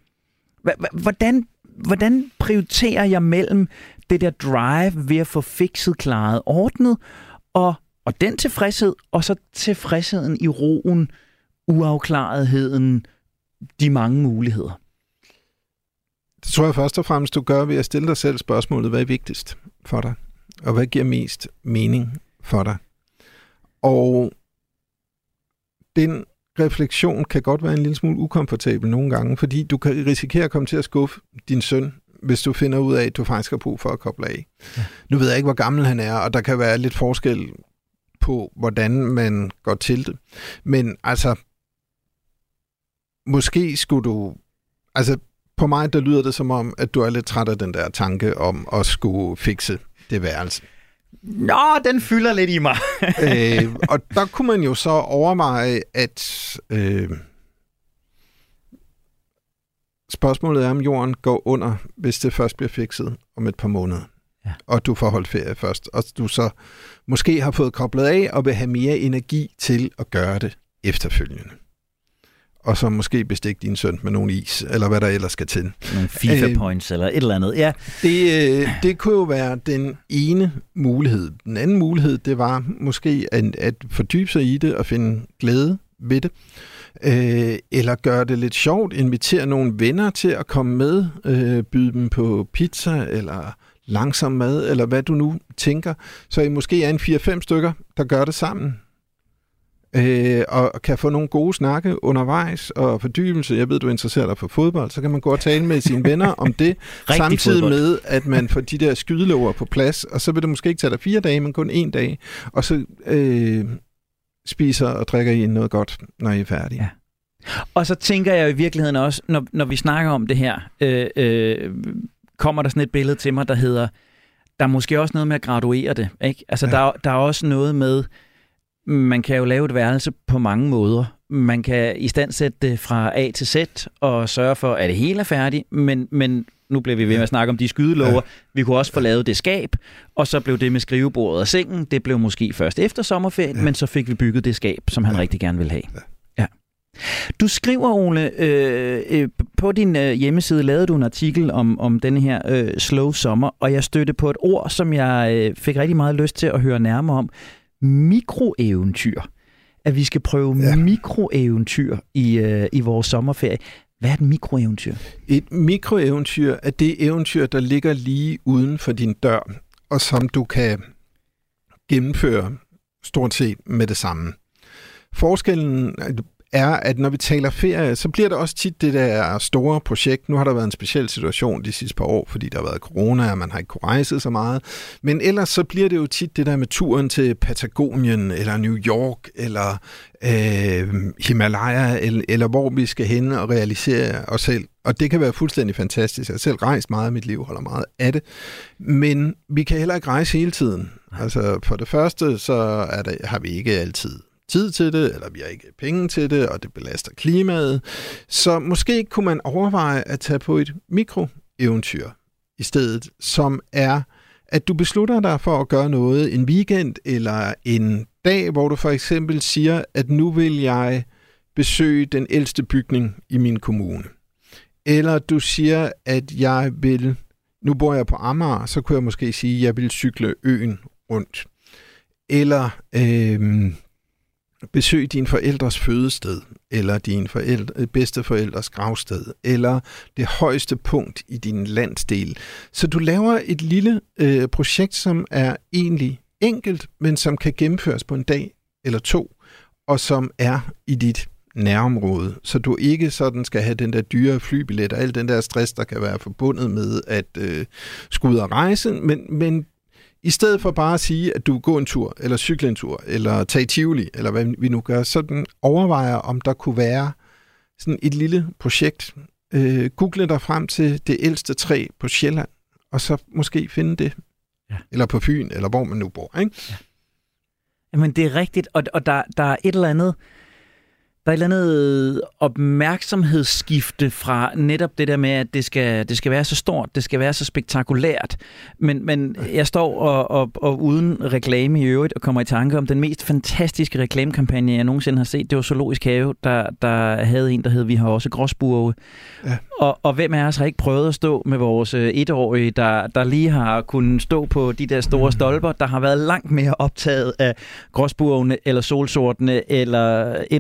Hvordan prioriterer jeg mellem det der drive ved at få fikset, klaret, ordnet, og den tilfredshed, og så tilfredsheden i roen uafklaretheden, de mange muligheder? Det tror jeg først og fremmest, du gør ved at stille dig selv spørgsmålet, hvad er vigtigst for dig? Og hvad giver mest mening for dig? Og den refleksion kan godt være en lille smule ukomfortabel nogle gange, fordi du kan risikere at komme til at skuffe din søn, hvis du finder ud af, at du faktisk har brug for at koble af. Ja. Nu ved jeg ikke, hvor gammel han er, og der kan være lidt forskel på, hvordan man går til det. Men altså, måske skulle du... Altså, på mig, der lyder det som om, at du er lidt træt af den der tanke om at skulle fikse det værelse. Nå, den fylder lidt i mig. Og der kunne man jo så overveje, at spørgsmålet er, om jorden går under, hvis det først bliver fikset om et par måneder. Ja. Og du får holdt ferie først. Og du så måske har fået koblet af og vil have mere energi til at gøre det efterfølgende. Og så måske bestikke din søn med nogle is, eller hvad der ellers skal til. Nogle FIFA-points eller et eller andet, ja. Det kunne jo være den ene mulighed. Den anden mulighed, det var måske at fordybe sig i det og finde glæde ved det. Eller gøre det lidt sjovt, invitere nogle venner til at komme med, byde dem på pizza, eller langsom mad, eller hvad du nu tænker. Så I måske er en 4-5 stykker, der gør det sammen. Og kan få nogle gode snakke undervejs og fordybelse. Jeg ved, du interesserer dig for fodbold, så kan man gå og tale med sine venner om det, samtidig fodbold. Med, at man får de der skydelåger på plads, og så vil det måske ikke tage dig 4 dage, men kun 1 dag, og så spiser og drikker I noget godt, når I er færdige. Ja. Og så tænker jeg i virkeligheden også, når vi snakker om det her, kommer der sådan et billede til mig, der hedder, der er måske også noget med at graduere det, ikke? Altså, ja. der er også noget med, man kan jo lave et værelse på mange måder. Man kan istandsætte det fra A til Z og sørge for, at det hele er færdigt, men nu bliver vi ved med at snakke om de skydelåger. Ja. Vi kunne også få lavet det skab, og så blev det med skrivebordet og sengen. Det blev måske først efter sommerferien, men så fik vi bygget det skab, som han rigtig gerne ville have. Ja. Du skriver, Ole, på din hjemmeside lavede du en artikel om denne her slow sommer, og jeg stødte på et ord, som jeg fik rigtig meget lyst til at høre nærmere om. Mikroeventyr. At vi skal prøve mikroeventyr i vores sommerferie. Hvad er et mikroeventyr? Et mikroeventyr er det eventyr, der ligger lige uden for din dør, og som du kan gennemføre stort set med det samme. Forskellen er, at når vi taler ferie, så bliver det også tit det der store projekt. Nu har der været en speciel situation de sidste par år, fordi der har været corona, og man har ikke kunnet rejse så meget. Men ellers så bliver det jo tit det der med turen til Patagonien, eller New York, eller Himalaya, eller hvor vi skal hen og realisere os selv. Og det kan være fuldstændig fantastisk. Jeg har selv rejst meget af mit liv, holder meget af det. Men vi kan heller ikke rejse hele tiden. Altså for det første, så har vi ikke altid tid til det, eller vi har ikke penge til det, og det belaster klimaet. Så måske kunne man overveje at tage på et mikroeventyr i stedet, som er, at du beslutter dig for at gøre noget en weekend eller en dag, hvor du for eksempel siger, at nu vil jeg besøge den ældste bygning i min kommune. Eller du siger, at nu bor jeg på Amager, så kunne jeg måske sige, at jeg vil cykle øen rundt. Eller besøg din forældres fødested, eller din bedsteforældres gravsted, eller det højeste punkt i din landsdel. Så du laver et lille projekt, som er egentlig enkelt, men som kan gennemføres på en dag eller 2, og som er i dit nærområde. Så du ikke sådan skal have den der dyre flybillet og al den der stress, der kan være forbundet med at skulle ud og rejse, men i stedet for bare at sige, at du går en tur, eller cykle en tur, eller tage Tivoli, eller hvad vi nu gør, så den overvejer, om der kunne være sådan et lille projekt. Google dig frem til det ældste træ på Sjælland, og så måske finde det. Ja. Eller på Fyn, eller hvor man nu bor, ikke? Ja. Jamen, det er rigtigt, og der er et eller andet... Der er et eller andet opmærksomhedsskifte fra netop det der med, at det skal være så stort, det skal være så spektakulært. Men jeg står og uden reklame i øvrigt og kommer i tanke om den mest fantastiske reklamekampagne, jeg nogensinde har set. Det var Zoologisk Have, der havde en, der hed Vi har også gråspurve. Ja. Og hvem af os har ikke prøvet at stå med vores 1-årige, der lige har kunnet stå på de der store stolper, der har været langt mere optaget af gråspurvene, eller solsortene, eller et eller andet række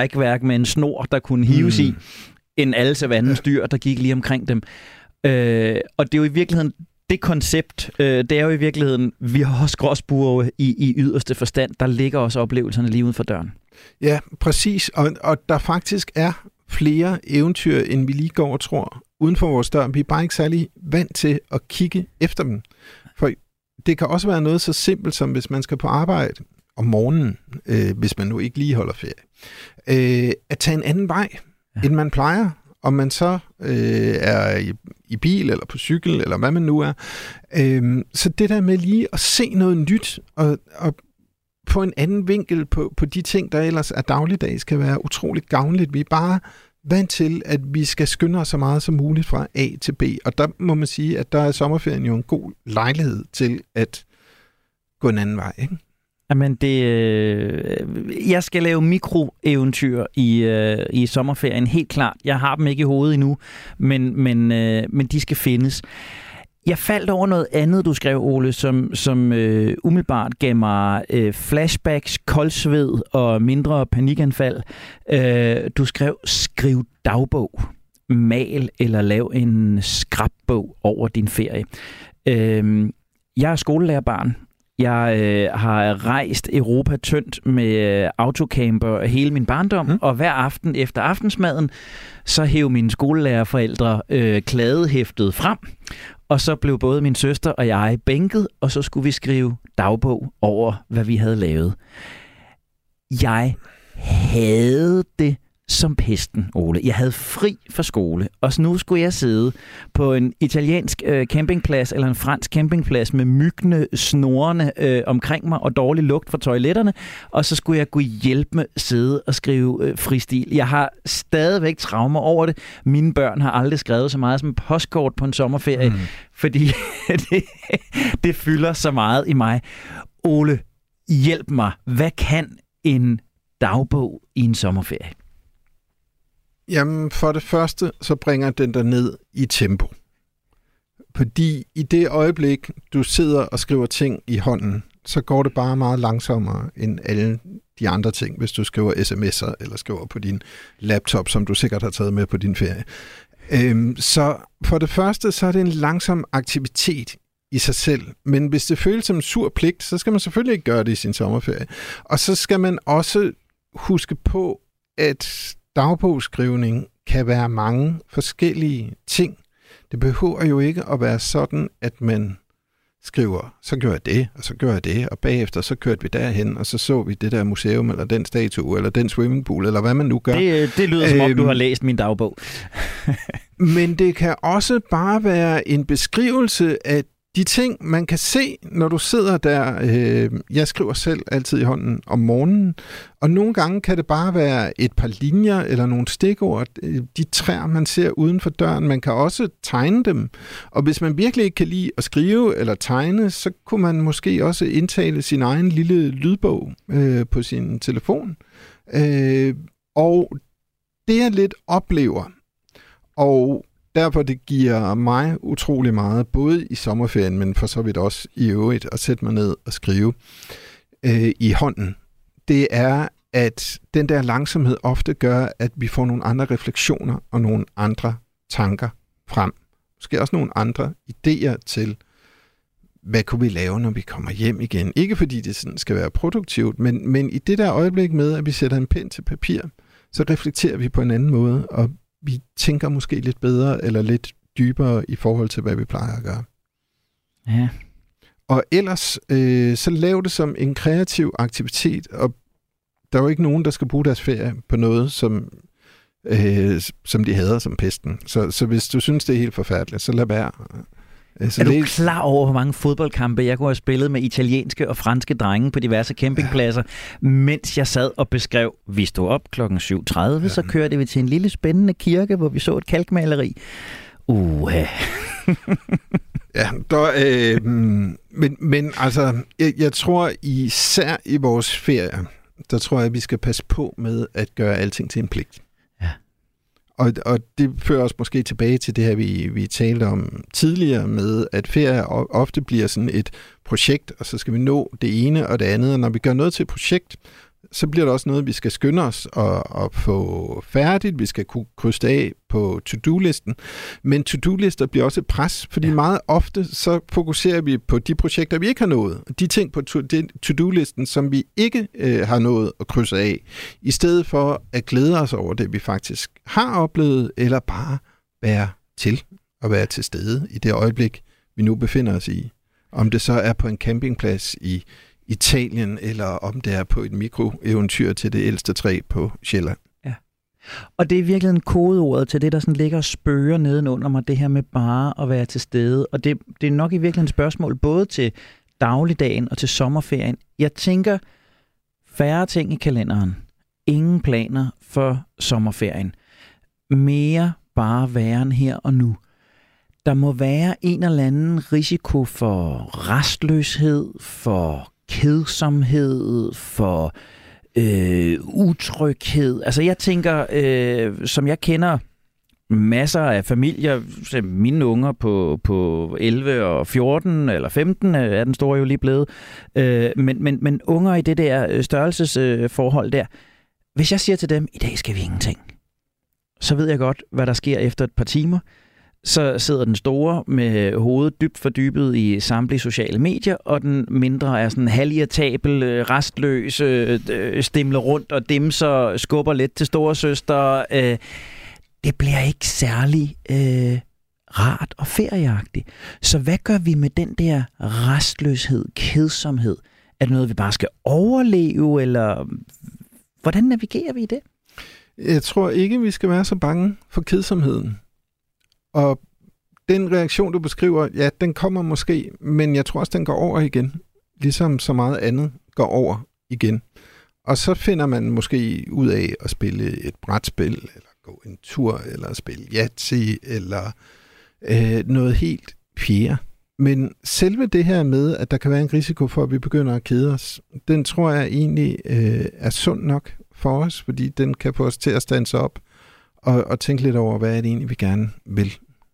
strikværk med en snor, der kunne hives i, end alle savannens dyr, der gik lige omkring dem. Og det er jo i virkeligheden, det koncept, det er jo i virkeligheden, vi har også gråsbue i yderste forstand, der ligger også oplevelserne lige uden for døren. Ja, præcis. Og der faktisk er flere eventyr, end vi lige går og tror, uden for vores dør. Vi er bare ikke særlig vant til at kigge efter dem. For det kan også være noget så simpelt, som hvis man skal på arbejde om morgenen, hvis man nu ikke lige holder ferie, at tage en anden vej, end man plejer. Om man så er i bil eller på cykel, eller hvad man nu er. Så det der med lige at se noget nyt, og på en anden vinkel på de ting, der ellers er dagligdags, kan være utroligt gavnligt. Vi er bare vant til, at vi skal skynde os så meget som muligt fra A til B. Og der må man sige, at der er sommerferien jo en god lejlighed til at gå en anden vej, ikke? Jamen, jeg skal lave mikroeventyr i sommerferien, helt klart. Jeg har dem ikke i hovedet endnu, men de skal findes. Jeg faldt over noget andet, du skrev, Ole, som umiddelbart gav mig flashbacks, koldsved og mindre panikanfald. Du skrev, skriv dagbog, mal eller lav en skrabbog over din ferie. Jeg er skolelærerbarn. Jeg har rejst Europa tyndt med autocamper hele min barndom, og hver aften efter aftensmaden, så hæv mine skolelærerforældre kladehæftet frem, og så blev både min søster og jeg bænket, og så skulle vi skrive dagbog over, hvad vi havde lavet. Jeg havde det som pesten, Ole. Jeg havde fri fra skole, og så nu skulle jeg sidde på en italiensk campingplads eller en fransk campingplads med myggende snorene omkring mig og dårlig lugt fra toiletterne, og så skulle jeg kunne hjælpe med at sidde og skrive fristil. Jeg har stadigvæk traumer over det. Mine børn har aldrig skrevet så meget som en postkort på en sommerferie, fordi det fylder så meget i mig. Ole, hjælp mig. Hvad kan en dagbog i en sommerferie? Jamen, for det første, så bringer den der ned i tempo. Fordi i det øjeblik, du sidder og skriver ting i hånden, så går det bare meget langsommere end alle de andre ting, hvis du skriver sms'er eller skriver på din laptop, som du sikkert har taget med på din ferie. Så for det første, så er det en langsom aktivitet i sig selv. Men hvis det føles som en sur pligt, så skal man selvfølgelig ikke gøre det i sin sommerferie. Og så skal man også huske på, at dagbogsskrivning kan være mange forskellige ting. Det behøver jo ikke at være sådan, at man skriver, så gør jeg det, og så gør jeg det, og bagefter så kørte vi derhen, og så vi det der museum, eller den statue, eller den swimmingpool, eller hvad man nu gør. Det lyder som om, du har læst min dagbog. Men det kan også bare være en beskrivelse af de ting, man kan se, når du sidder der. Jeg skriver selv altid i hånden om morgenen, og nogle gange kan det bare være et par linjer eller nogle stikord. De træer, man ser uden for døren, man kan også tegne dem. Og hvis man virkelig ikke kan lide at skrive eller tegne, så kunne man måske også indtale sin egen lille lydbog på sin telefon. Og det jeg lidt oplever, og derfor det giver mig utrolig meget, både i sommerferien, men for så vidt også i øvrigt, at sætte mig ned og skrive i hånden. Det er, at den der langsomhed ofte gør, at vi får nogle andre refleksioner og nogle andre tanker frem. Måske også nogle andre idéer til, hvad kunne vi lave, når vi kommer hjem igen. Ikke fordi det sådan skal være produktivt, men i det der øjeblik med, at vi sætter en pen til papir, så reflekterer vi på en anden måde, og vi tænker måske lidt bedre eller lidt dybere i forhold til, hvad vi plejer at gøre. Ja. Og ellers, så lav det som en kreativ aktivitet, og der er jo ikke nogen, der skal bruge deres ferie på noget, som de hader som pesten. Så hvis du synes, det er helt forfærdeligt, så lad være. Er du klar over, hvor mange fodboldkampe jeg kunne have spillet med italienske og franske drenge på diverse campingpladser, mens jeg sad og beskrev, vi stod op 7:30, så kørte vi til en lille spændende kirke, hvor vi så et kalkmaleri. Ja, men altså, jeg tror især i vores ferie, der tror jeg, at vi skal passe på med at gøre alting til en pligt. Og det fører os måske tilbage til det her, vi talte om tidligere med, at ferie ofte bliver sådan et projekt, og så skal vi nå det ene og det andet. Og når vi gør noget til et projekt, så bliver det også noget, vi skal skynde os og få færdigt. Vi skal kunne krydse af på to-do-listen. Men to-do-lister bliver også et pres, fordi meget ofte så fokuserer vi på de projekter, vi ikke har nået. De ting på to-do-listen, som vi ikke har nået at krydse af, i stedet for at glæde os over det, vi faktisk har oplevet, eller bare være til og være til stede i det øjeblik, vi nu befinder os i. Om det så er på en campingplads i Italien, eller om det er på et mikroeventyr til det ældste træ på Sjælland. Ja. Og det er virkelig en kodeordet til det, der sådan ligger og spørger nedenunder mig, det her med bare at være til stede. Og det er nok i virkeligheden et spørgsmål, både til dagligdagen og til sommerferien. Jeg tænker, færre ting i kalenderen. Ingen planer for sommerferien. Mere bare væren her og nu. Der må være en eller anden risiko for restløshed, for kedsomhed, for utryghed. Altså jeg tænker, som jeg kender masser af familier, mine unger på 11 og 14 eller 15 er den store jo lige blevet, men unger i det der størrelsesforhold der, hvis jeg siger til dem, i dag skal vi ingenting, så ved jeg godt, hvad der sker efter et par timer. Så sidder den store med hovedet dybt fordybet i samtlige sociale medier, og den mindre er sådan halvirritabel, restløs, stimler rundt og dimser, skubber lidt til storesøster. Det bliver ikke særlig rart og ferieagtigt. Så hvad gør vi med den der restløshed, kedsomhed? Er det noget, vi bare skal overleve, eller hvordan navigerer vi i det? Jeg tror ikke, vi skal være så bange for kedsomheden. Og den reaktion, du beskriver, ja, den kommer måske, men jeg tror også, den går over igen. Ligesom så meget andet går over igen. Og så finder man måske ud af at spille et brætspil, eller gå en tur, eller spille Yahtzee, eller noget helt fjerde. Men selve det her med, at der kan være en risiko for, at vi begynder at kede os, den tror jeg egentlig er sund nok for os, fordi den kan få os til at standse op og tænke lidt over, hvad er det egentlig, vi gerne vil.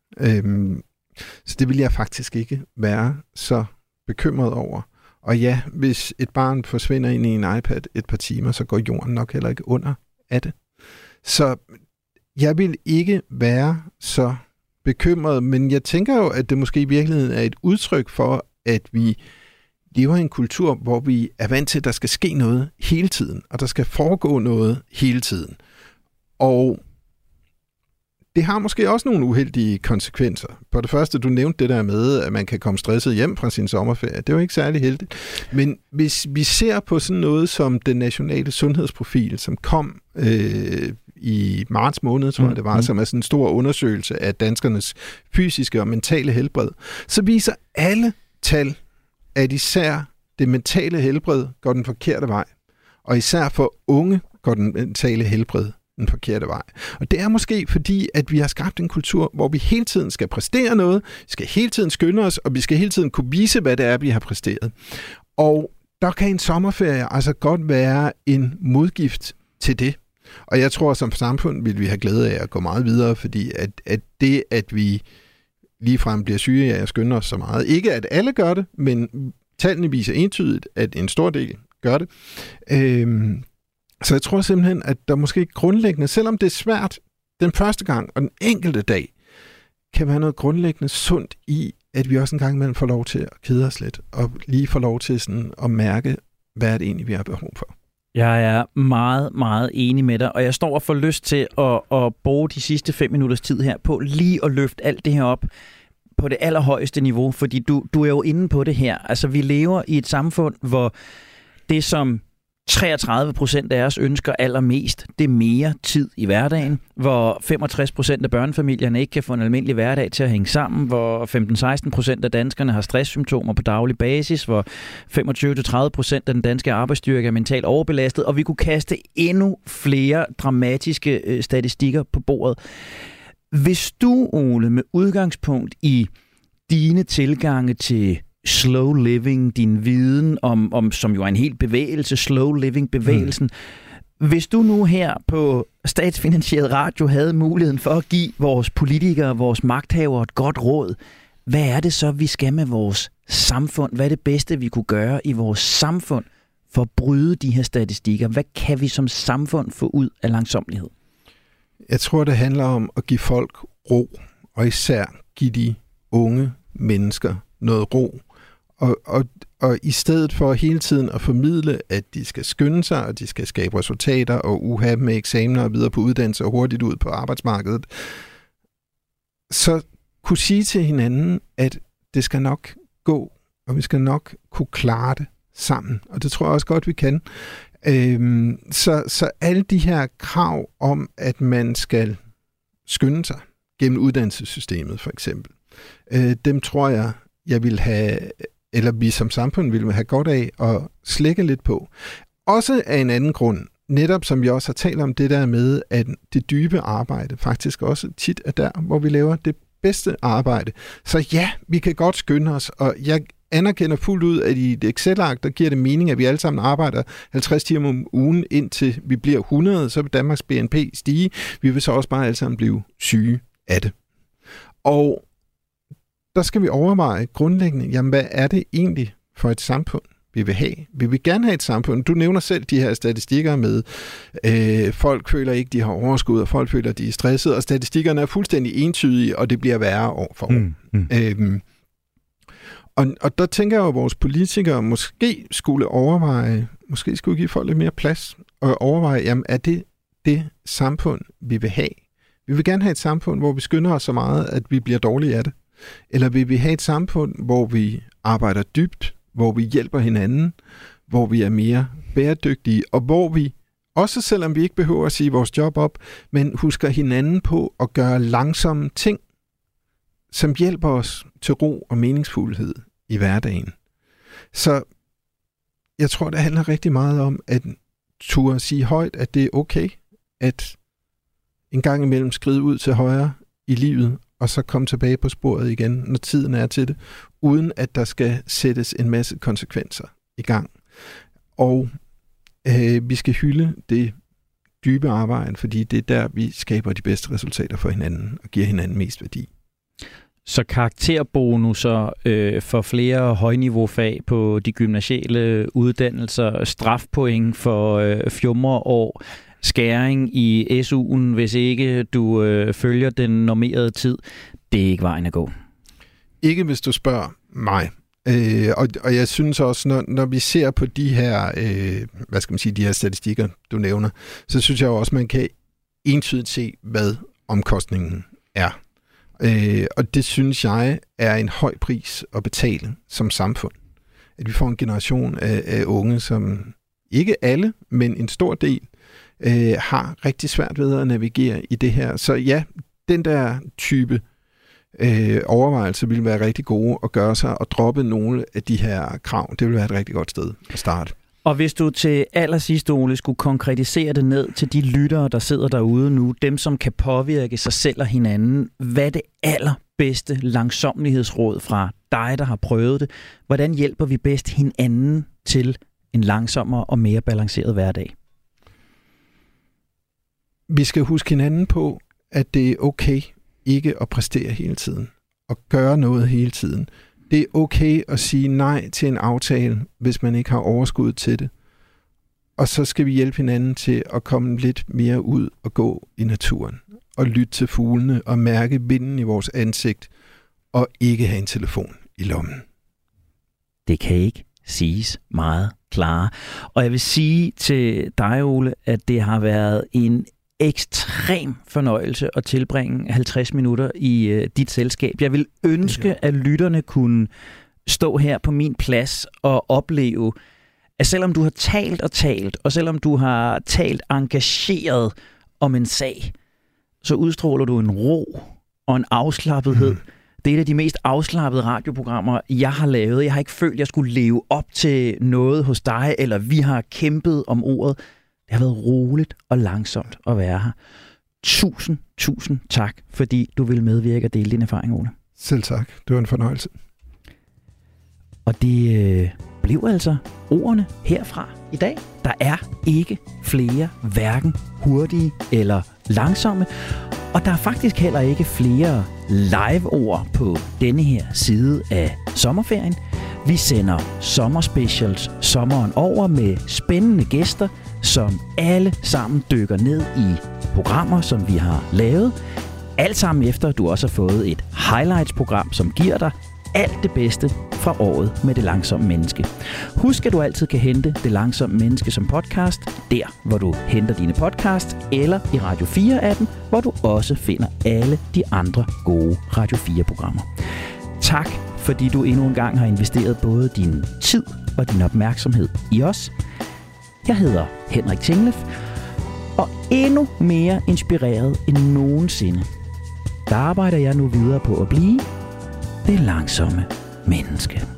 Så det vil jeg faktisk ikke være så bekymret over. Og ja, hvis et barn forsvinder ind i en iPad et par timer, så går jorden nok heller ikke under af det. Så jeg vil ikke være så bekymret, men jeg tænker jo, at det måske i virkeligheden er et udtryk for, at vi lever i en kultur, hvor vi er vant til, at der skal ske noget hele tiden, og der skal foregå noget hele tiden. Og det har måske også nogle uheldige konsekvenser. For det første, du nævnte det der med, at man kan komme stresset hjem fra sin sommerferie. Det er jo ikke særlig heldigt. Men hvis vi ser på sådan noget som den nationale sundhedsprofil, som kom i marts måned, tror jeg det var, som er sådan en stor undersøgelse af danskernes fysiske og mentale helbred, så viser alle tal, at især det mentale helbred går den forkerte vej. Og især for unge går den mentale helbred den forkerte vej. Og det er måske fordi, at vi har skabt en kultur, hvor vi hele tiden skal præstere noget, skal hele tiden skynde os, og vi skal hele tiden kunne vise, hvad det er, vi har præsteret. Og der kan en sommerferie altså godt være en modgift til det. Og jeg tror, som samfund vil vi have glæde af at gå meget videre, fordi at det, at vi ligefrem bliver syge af at skynde os så meget, ikke at alle gør det, men tallene viser entydigt, at en stor del gør det. Så jeg tror simpelthen, at der måske grundlæggende, selvom det er svært den første gang og den enkelte dag, kan være noget grundlæggende sundt i, at vi også en gang imellem får lov til at kede os lidt, og lige får lov til sådan at mærke, hvad er det egentlig, vi har behov for. Jeg er meget, meget enig med dig, og jeg står og får lyst til at bruge de sidste 5 minutters tid her på lige at løfte alt det her op på det allerhøjeste niveau, fordi du er jo inde på det her. Altså, vi lever i et samfund, hvor det som 33% af os ønsker allermest, det er mere tid i hverdagen, hvor 65% af børnefamilierne ikke kan få en almindelig hverdag til at hænge sammen, hvor 15-16% af danskerne har stresssymptomer på daglig basis, hvor 25-30% af den danske arbejdsstyrke er mentalt overbelastet, og vi kunne kaste endnu flere dramatiske statistikker på bordet. Hvis du, Ole, med udgangspunkt i dine tilgange til slow living, din viden om som jo er en hel bevægelse, slow living-bevægelsen. Hvis du nu her på statsfinansieret radio havde muligheden for at give vores politikere, vores magthavere et godt råd, hvad er det så, vi skal med vores samfund? Hvad er det bedste, vi kunne gøre i vores samfund for at bryde de her statistikker? Hvad kan vi som samfund få ud af langsommelighed? Jeg tror, det handler om at give folk ro, og især give de unge mennesker noget ro. Og i stedet for hele tiden at formidle, at de skal skynde sig, og de skal skabe resultater, og have med eksamener og videre på uddannelse og hurtigt ud på arbejdsmarkedet, så kunne sige til hinanden, at det skal nok gå, og vi skal nok kunne klare det sammen. Og det tror jeg også godt, vi kan. Så alle de her krav om, at man skal skynde sig gennem uddannelsessystemet for eksempel, dem tror jeg vil have, eller vi som samfund vil have godt af at slække lidt på. Også af en anden grund, netop som vi også har talt om, det der med, at det dybe arbejde faktisk også tit er der, hvor vi laver det bedste arbejde. Så ja, vi kan godt skynde os, og jeg anerkender fuldt ud, at i et Excel-ark, der giver det mening, at vi alle sammen arbejder 50 timer om ugen, indtil vi bliver 100, så vil Danmarks BNP stige. Vi vil så også bare alle sammen blive syge af det. Og der skal vi overveje grundlæggende, jamen hvad er det egentlig for et samfund, vi vil have? Vi vil gerne have et samfund. Du nævner selv de her statistikker med, folk føler ikke, de har overskud, og folk føler, de er stressede, og statistikkerne er fuldstændig entydige, og det bliver værre år for år. Og der tænker jeg jo, at vores politikere måske skulle give folk lidt mere plads, og overveje, jamen er det samfund, vi vil have? Vi vil gerne have et samfund, hvor vi skynder os så meget, at vi bliver dårlige af det. Eller vil vi have et samfund, hvor vi arbejder dybt, hvor vi hjælper hinanden, hvor vi er mere bæredygtige, og hvor vi, også selvom vi ikke behøver at sige vores job op, men husker hinanden på at gøre langsomme ting, som hjælper os til ro og meningsfuldhed i hverdagen. Så jeg tror, det handler rigtig meget om at turde sige højt, at det er okay, at en gang imellem skride ud til højre i livet, og så komme tilbage på sporet igen, når tiden er til det, uden at der skal sættes en masse konsekvenser i gang. Og vi skal hylde det dybe arbejde, fordi det er der, vi skaber de bedste resultater for hinanden, og giver hinanden mest værdi. Så karakterbonusser for flere højniveaufag på de gymnasiale uddannelser, strafpoint for fjumreår, skæring i SU'en, hvis ikke du følger den normerede tid, det er ikke vejen at gå. Ikke hvis du spørger mig. Og jeg synes også, når vi ser på de her, de her statistikker, du nævner, så synes jeg også, man kan entydigt se, hvad omkostningen er. Og det synes jeg er en høj pris at betale som samfund. At vi får en generation af unge, som ikke alle, men en stor del, har rigtig svært ved at navigere i det her. Så ja, den der type overvejelser ville være rigtig gode at gøre sig og droppe nogle af de her krav. Det ville være et rigtig godt sted at starte. Og hvis du til allersidst, Ole, skulle konkretisere det ned til de lyttere, der sidder derude nu, dem som kan påvirke sig selv og hinanden, hvad er det allerbedste langsommelighedsråd fra dig, der har prøvet det? Hvordan hjælper vi bedst hinanden til en langsommere og mere balanceret hverdag? Vi skal huske hinanden på, at det er okay ikke at præstere hele tiden og gøre noget hele tiden. Det er okay at sige nej til en aftale, hvis man ikke har overskud til det. Og så skal vi hjælpe hinanden til at komme lidt mere ud og gå i naturen. Og lytte til fuglene og mærke vinden i vores ansigt. Og ikke have en telefon i lommen. Det kan ikke siges meget klarere. Og jeg vil sige til dig, Ole, at det har været en ekstrem fornøjelse at tilbringe 50 minutter i dit selskab. Jeg vil ønske, at lytterne kunne stå her på min plads og opleve, at selvom du har talt og talt, og selvom du har talt engageret om en sag, så udstråler du en ro og en afslappethed. Det er et af de mest afslappede radioprogrammer, jeg har lavet. Jeg har ikke følt, at jeg skulle leve op til noget hos dig, eller vi har kæmpet om ordet. Det har været roligt og langsomt at være her. Tusind tak, fordi du vil medvirke og dele din erfaring, Ole. Selv tak. Det var en fornøjelse. Og det blev altså ordene herfra i dag. Der er ikke flere, hverken hurtige eller langsomme. Og der er faktisk heller ikke flere live-ord på denne her side af sommerferien. Vi sender sommerspecials sommeren over med spændende gæster, som alle sammen dykker ned i programmer, som vi har lavet. Alt sammen efter, at du også har fået et highlights-program, som giver dig alt det bedste fra året med Det Langsomme Menneske. Husk, at du altid kan hente Det Langsomme Menneske som podcast, der hvor du henter dine podcasts, eller i Radio 4-appen, hvor du også finder alle de andre gode Radio 4-programmer. Tak, fordi du endnu en gang har investeret både din tid og din opmærksomhed i os. Jeg hedder Henrik Tinglef, og endnu mere inspireret end nogensinde, der arbejder jeg nu videre på at blive det langsomme menneske.